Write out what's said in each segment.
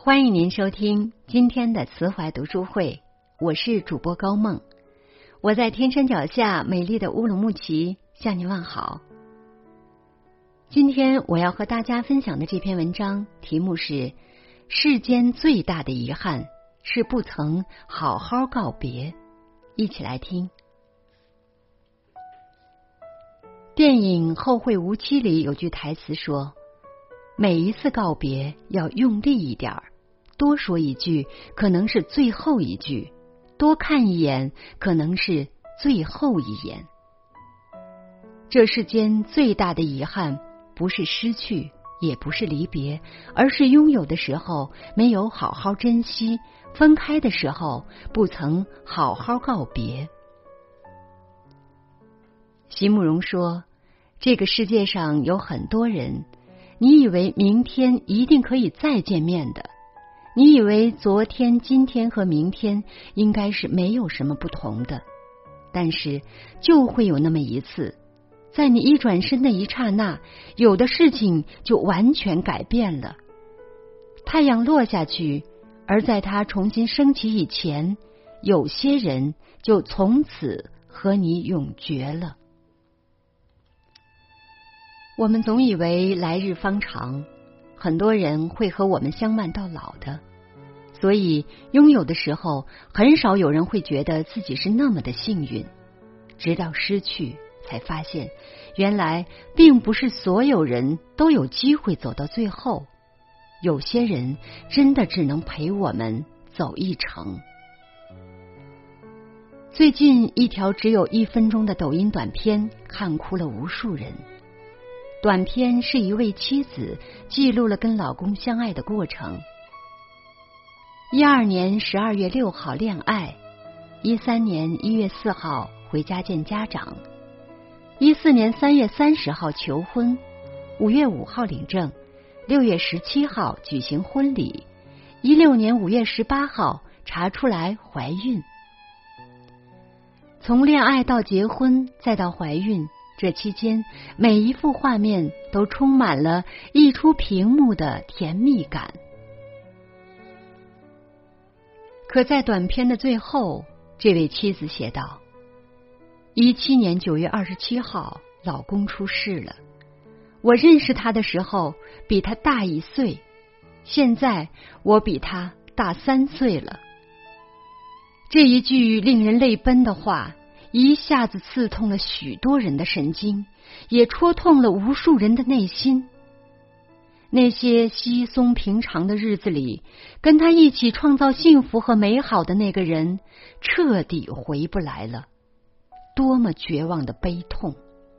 欢迎您收听今天的慈怀读书会，我是主播高梦，我在天山脚下美丽的乌鲁木齐向您问好。今天我要和大家分享的这篇文章题目是世间最大的遗憾是不曾好好告别，一起来听。电影《后会无期》里有句台词说，每一次告别要用力一点儿，多说一句可能是最后一句，多看一眼可能是最后一眼。这世间最大的遗憾不是失去，也不是离别，而是拥有的时候没有好好珍惜，分开的时候不曾好好告别。席慕容说，这个世界上有很多人，你以为明天一定可以再见面的，你以为昨天、今天和明天应该是没有什么不同的，但是就会有那么一次，在你一转身的一刹那，有的事情就完全改变了。太阳落下去，而在它重新升起以前，有些人就从此和你永绝了。我们总以为来日方长，很多人会和我们相伴到老的，所以拥有的时候，很少有人会觉得自己是那么的幸运，直到失去才发现，原来并不是所有人都有机会走到最后，有些人真的只能陪我们走一程。最近一条只有1分钟的抖音短片看哭了无数人。短片是一位妻子记录了跟老公相爱的过程。12年12月6号恋爱，13年1月4号回家见家长，14年3月30号求婚，5月5号领证，6月17号举行婚礼，16年5月18号查出来怀孕。从恋爱到结婚再到怀孕，这期间每一幅画面都充满了溢出屏幕的甜蜜感。可在短片的最后，这位妻子写道，17年9月27号老公出事了，我认识他的时候比他大1岁，现在我比他大3岁了。这一句令人泪奔的话一下子刺痛了许多人的神经，也戳痛了无数人的内心。那些稀松平常的日子里，跟他一起创造幸福和美好的那个人，彻底回不来了。多么绝望的悲痛！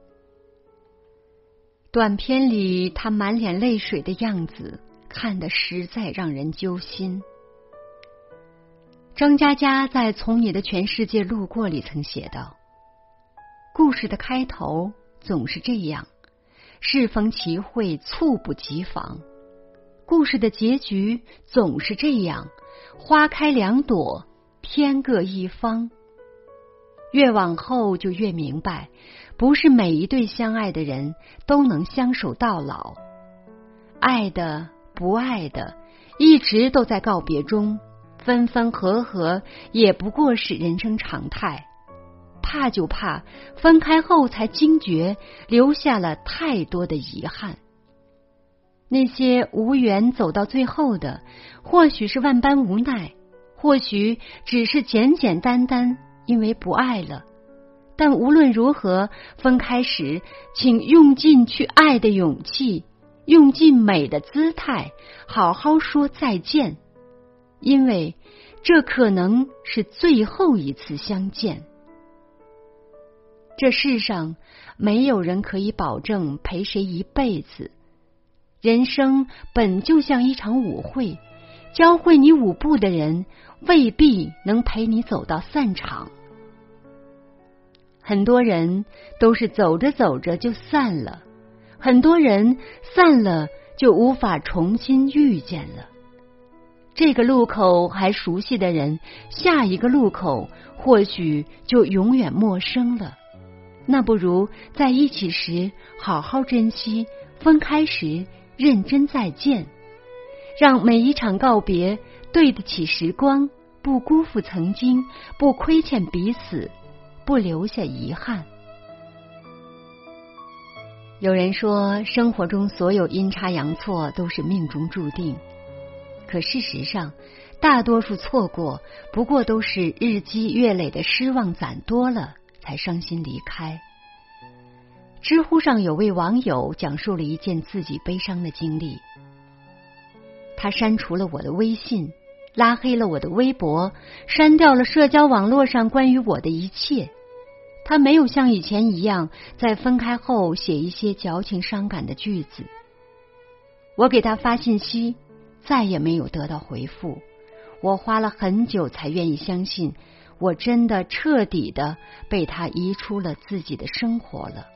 短片里他满脸泪水的样子，看得实在让人揪心。张嘉佳在《从你的全世界路过》里曾写道，故事的开头总是这样，适逢其会，猝不及防；故事的结局总是这样，花开2朵，天各一方。越往后就越明白，不是每一对相爱的人都能相守到老，爱的不爱的一直都在告别中，分分合合也不过是人生常态。怕就怕分开后才惊觉，留下了太多的遗憾。那些无缘走到最后的，或许是万般无奈，或许只是简简单单因为不爱了。但无论如何，分开时请用尽去爱的勇气，用尽美的姿态，好好说再见，因为这可能是最后一次相见。这世上没有人可以保证陪谁一辈子，人生本就像一场舞会，教会你舞步的人未必能陪你走到散场。很多人都是走着走着就散了，很多人散了就无法重新遇见了。这个路口还熟悉的人，下一个路口或许就永远陌生了。那不如在一起时好好珍惜，分开时认真再见。 让每一场告别对得起时光，不辜负曾经，不亏欠彼此，不留下遗憾。有人说，生活中所有阴差阳错都是命中注定，可事实上，大多数错过不过都是日积月累的失望攒多了，才伤心离开。知乎上有位网友讲述了一件自己悲伤的经历，他删除了我的微信，拉黑了我的微博，删掉了社交网络上关于我的一切。他没有像以前一样在分开后写一些矫情伤感的句子。我给他发信息，再也没有得到回复。我花了很久才愿意相信，我真的彻底的被他移出了自己的生活了。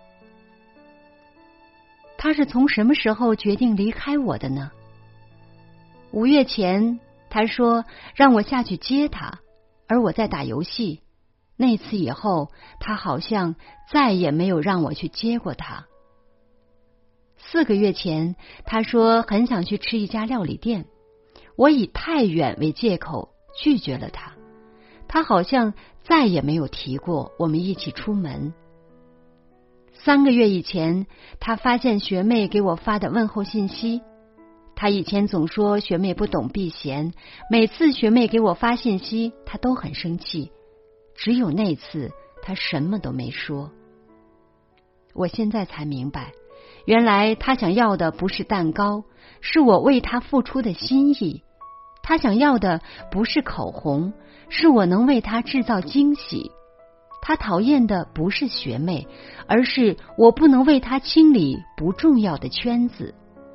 他是从什么时候决定离开我的呢？5月前，他说让我下去接他，而我在打游戏。那次以后，他好像再也没有让我去接过他。4个月前，他说很想去吃一家料理店，我以太远为借口拒绝了他。他好像再也没有提过我们一起出门。3个月以前，他发现学妹给我发的问候信息。他以前总说学妹不懂避嫌，每次学妹给我发信息，他都很生气。只有那次，他什么都没说。我现在才明白，原来他想要的不是蛋糕，是我为他付出的心意。他想要的不是口红，是我能为他制造惊喜。他讨厌的不是学妹，而是我不能为他清理不重要的圈子。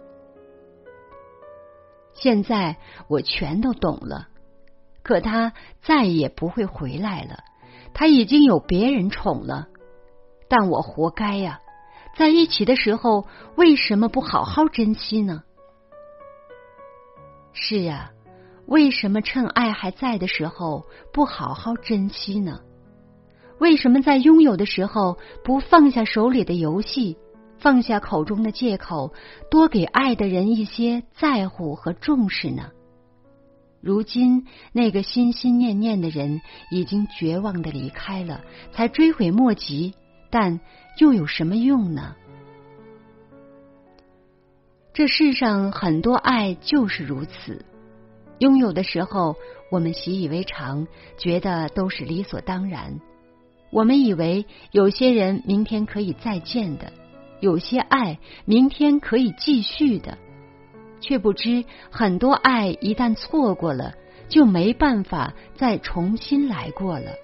现在我全都懂了，可他再也不会回来了。他已经有别人宠了，但我活该呀！在一起的时候，为什么不好好珍惜呢？是啊，为什么趁爱还在的时候不好好珍惜呢？为什么在拥有的时候不放下手里的游戏，放下口中的借口，多给爱的人一些在乎和重视呢？如今那个心心念念的人已经绝望的离开了，才追悔莫及，但又有什么用呢？这世上很多爱就是如此，拥有的时候我们习以为常，觉得都是理所当然。我们以为有些人明天可以再见的，有些爱明天可以继续的，却不知很多爱一旦错过了，就没办法再重新来过了。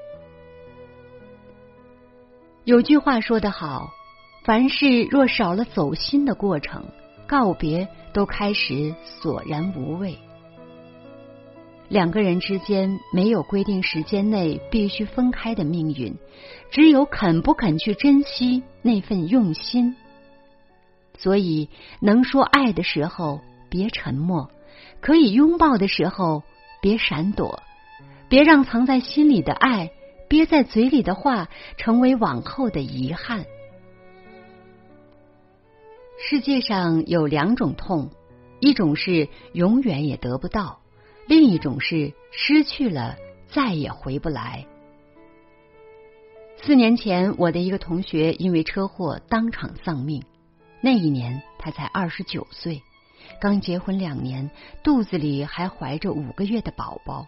有句话说得好，凡事若少了走心的过程，告别都开始索然无味。2个人之间没有规定时间内必须分开的命运，只有肯不肯去珍惜那份用心。所以能说爱的时候别沉默，可以拥抱的时候别闪躲，别让藏在心里的爱，憋在嘴里的话成为往后的遗憾。世界上有2种痛，一种是永远也得不到，另一种是失去了再也回不来。4年前，我的一个同学因为车祸当场丧命。那一年他才29岁，刚结婚2年，肚子里还怀着5个月的宝宝。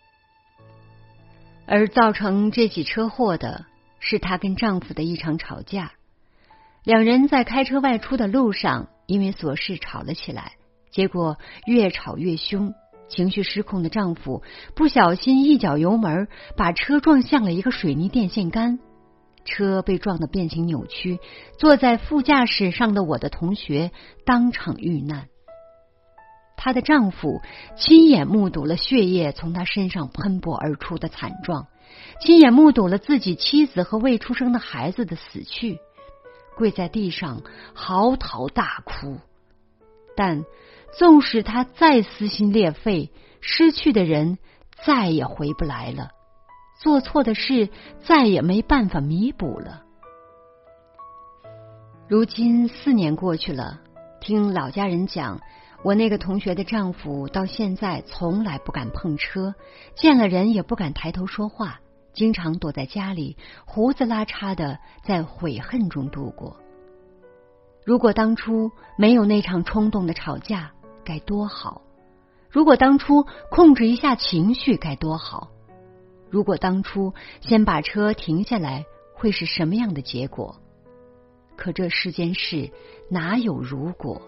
而造成这起车祸的是她跟丈夫的一场吵架。2人在开车外出的路上，因为琐事吵了起来，结果越吵越凶，情绪失控的丈夫不小心一脚油门，把车撞向了一个水泥电线杆。车被撞得变形扭曲，坐在副驾驶上的我的同学当场遇难。她的丈夫亲眼目睹了血液从她身上喷薄而出的惨状，亲眼目睹了自己妻子和未出生的孩子的死去，跪在地上嚎啕大哭。但纵使他再撕心裂肺，失去的人再也回不来了，做错的事再也没办法弥补了。如今4年过去了，听老家人讲， 我那个同学的丈夫到现在从来不敢碰车，见了人也不敢抬头说话，经常躲在家里，胡子拉碴的在悔恨中度过。如果当初没有那场冲动的吵架，该多好！如果当初控制一下情绪，该多好！如果当初先把车停下来，会是什么样的结果？可这世间事哪有如果？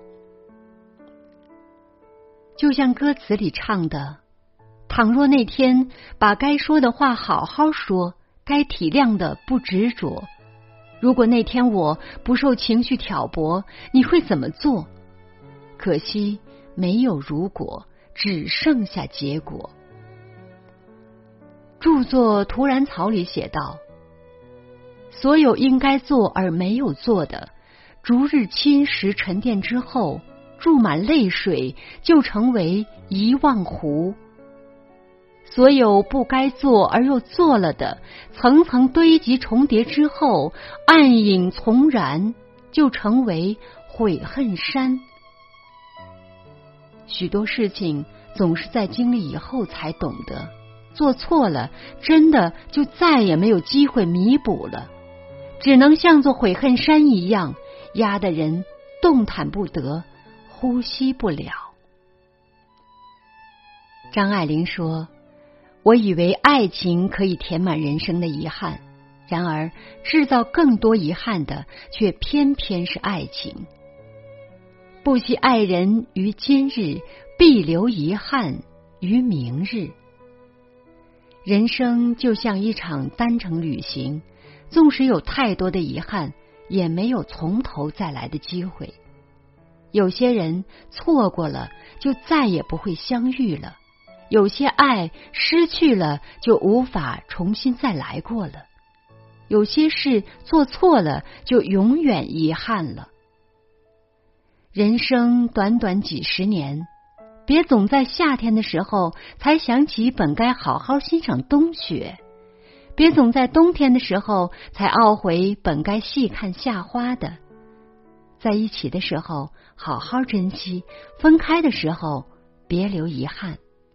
就像歌词里唱的，倘若那天把该说的话好好说，该体谅的不执着，如果那天我不受情绪挑拨，你会怎么做？可惜没有如果，只剩下结果。著作《徒然草》里写道，所有应该做而没有做的，逐日侵蚀沉淀之后，注满泪水，就成为遗忘湖。所有不该做而又做了的，层层堆积重叠之后，暗影从燃，就成为悔恨山。许多事情总是在经历以后才懂得，做错了，真的就再也没有机会弥补了，只能像座悔恨山一样，压得人动弹不得，呼吸不了。张爱玲说，我以为爱情可以填满人生的遗憾，然而制造更多遗憾的却偏偏是爱情。不惜爱人于今日，必留遗憾于明日。人生就像一场单程旅行，纵使有太多的遗憾，也没有从头再来的机会。有些人错过了，就再也不会相遇了；有些爱失去了，就无法重新再来过了；有些事做错了，就永远遗憾了。人生短短几十年，别总在夏天的时候才想起本该好好欣赏冬雪，别总在冬天的时候才懊悔本该细看夏花的。在一起的时候好好珍惜，分开的时候别留遗憾。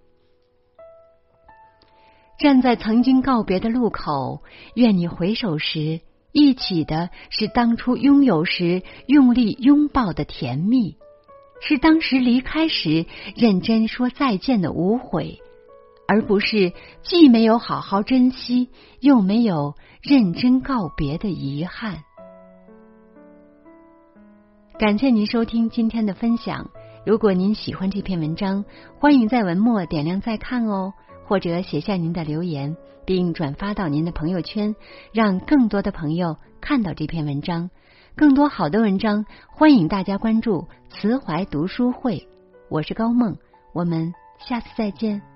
站在曾经告别的路口，愿你回首时忆起的是当初拥有时用力拥抱的甜蜜，是当时离开时认真说再见的无悔，而不是既没有好好珍惜，又没有认真告别的遗憾。感谢您收听今天的分享，如果您喜欢这篇文章，欢迎在文末点亮再看哦，或者写下您的留言，并转发到您的朋友圈，让更多的朋友看到这篇文章。更多好的文章，欢迎大家关注慈怀读书会。我是高梦，我们下次再见。